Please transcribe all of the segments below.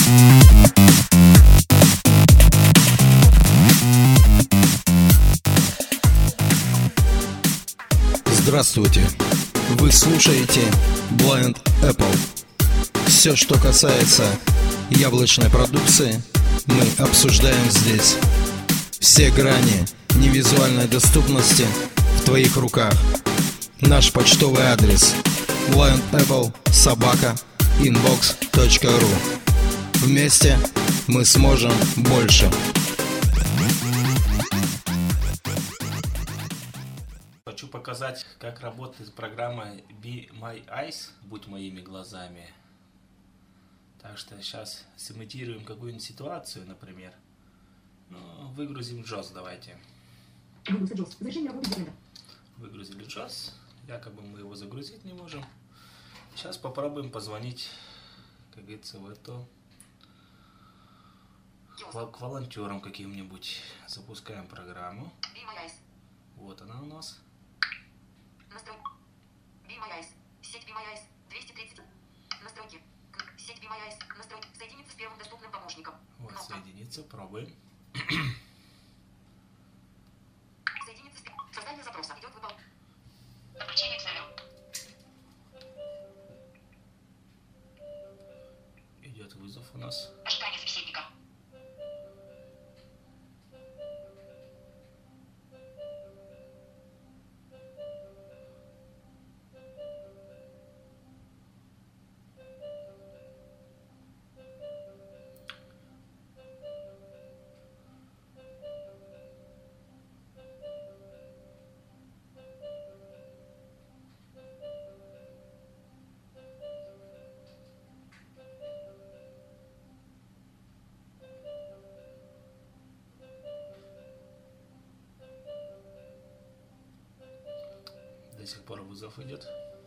Здравствуйте! Вы слушаете Blind Apple. Все, что касается яблочной продукции, мы обсуждаем здесь. Все грани невизуальной доступности в твоих руках. Наш почтовый адрес blindapple@inbox.ru. Вместе мы сможем больше. Хочу показать, как работает программа Be My Eyes, будь моими глазами. Так что сейчас сымитируем какую-нибудь ситуацию, например. Выгрузим JAWS, давайте. Выгрузили JAWS. Якобы мы его загрузить не можем. Сейчас попробуем позвонить, как говорится, в эту к волонтерам каким-нибудь. Запускаем программу. Вот она у нас. Настройки. Be My Eyes. Сеть Be My Eyes. 230. Настройки. Сеть Be My Eyes. Настройки. Соединиться с первым доступным помощником. Вот, соединиться. Пробуем. Соединиться с... Создание запроса. Идет выпал. Подключение к серверу. Идет вызов у нас. Ожидание собеседника. До сих пор вызов идет.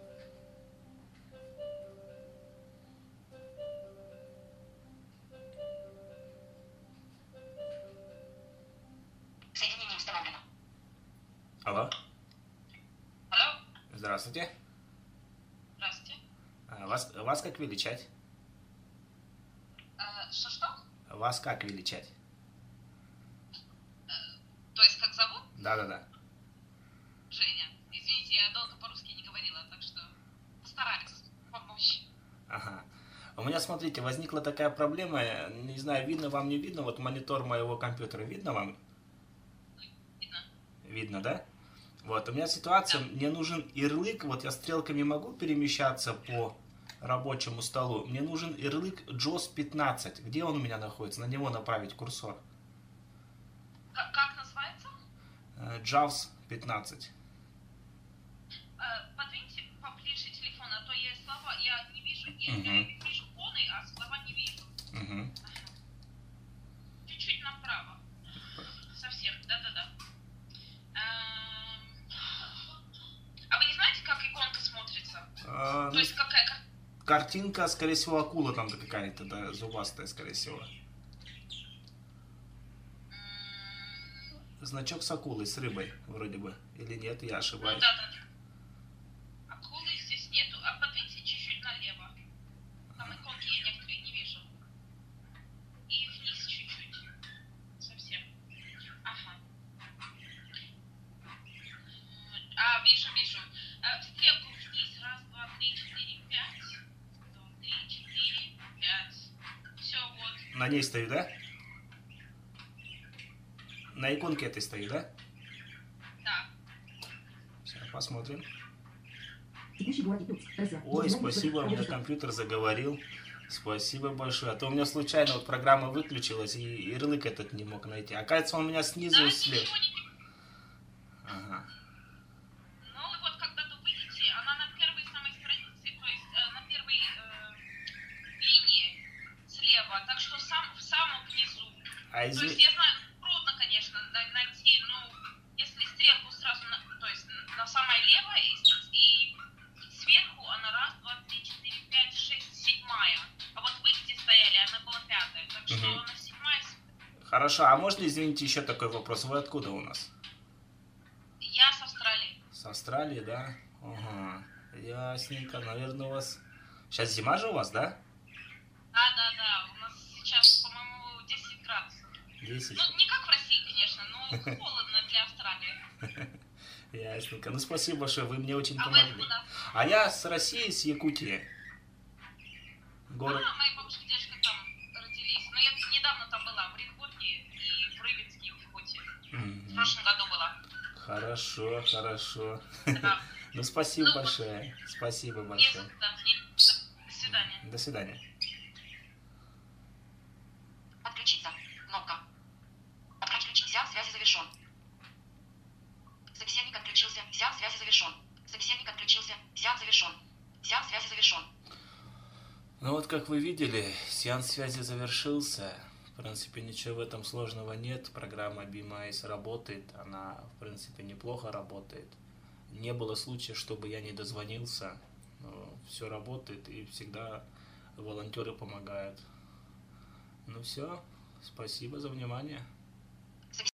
Соединение установлено. Алло. Алло. Здравствуйте. Здравствуйте. Вас как величать? Что? Вас как величать? То есть как зовут? Да. Женя. Извините, я долго по-русски не говорила, так что постараюсь помочь. Ага. У меня, смотрите, возникла такая проблема, не знаю, видно вам, не видно, вот монитор моего компьютера, видно вам? Видно. Видно, да? Вот, у меня ситуация, мне нужен ярлык, вот я стрелками могу перемещаться по рабочему столу, мне нужен ярлык JAWS 15, где он у меня находится, на него направить курсор. Как называется? JAWS 15. Подвиньте поближе телефон, а то я слова, я не вижу, я вижу фоны, а слова не вижу. Угу. Чуть-чуть направо. Совсем, да. А вы не знаете, как иконка смотрится? То есть какая... Картинка, скорее всего, акула там какая-то, да, зубастая, скорее всего. Значок с акулой, с рыбой, вроде бы. Или нет, я ошибаюсь. Ну, да. Акулы здесь нету. А подвиньте чуть-чуть налево. Там иконки я некоторые не вижу. И вниз чуть-чуть. Совсем. Ага. Вижу. Стрелку вниз. 1, 2, 3, 4, 5. 3, 4, 5. Все, вот. На ней стою, да? На иконке этой стою, да? Да. Сейчас посмотрим. Ой, спасибо, у меня компьютер заговорил. Спасибо большое. А то у меня случайно вот программа выключилась, и ярлык этот не мог найти. Оказывается, он у меня снизу и слева. Ага. Ну, вот когда вы выйдете, она на первой самой странице, то есть на первой линии слева. Так что в самом внизу. То есть я знаю, трудно, конечно, найти, но если стрелку сразу, то есть на самой левой и сверху она 1, 2, 3, 4, 5, 6, 7. А вот вы где стояли, она была 5. Так что она 7. Хорошо, а можно, извините, еще такой вопрос? Вы откуда у нас? Я с Австралии. С Австралии, да? Ага, ясненько, наверное, у вас... Сейчас зима же у вас, да? Да, у нас 10? Ну, не как в России, конечно, но холодно для Австралии. Ясненько. Ну, спасибо большое, вы мне очень А вы помогли. откуда? А я с России, с Якутии. Город. Мои бабушка и дедушка там родились. Но я недавно там была, в Оренбурге и в Рыбинске, и в Якутии. В прошлом году была. Хорошо, хорошо. Да. Ну, спасибо большое. Спасибо Не большое. за что. До свидания. До свидания. Отключиться. Кнопка. Отключить. Сеанс связи завершен. Собеседник отключился. Сеанс связи завершен. Собеседник отключился. Сеанс завершен. Сеанс связи завершен. Ну вот, как вы видели, сеанс связи завершился. В принципе, ничего в этом сложного нет. Программа Be My Eyes работает. Она, в принципе, неплохо работает. Не было случая, чтобы я не дозвонился. Все работает, и всегда волонтеры помогают. Ну все, спасибо за внимание.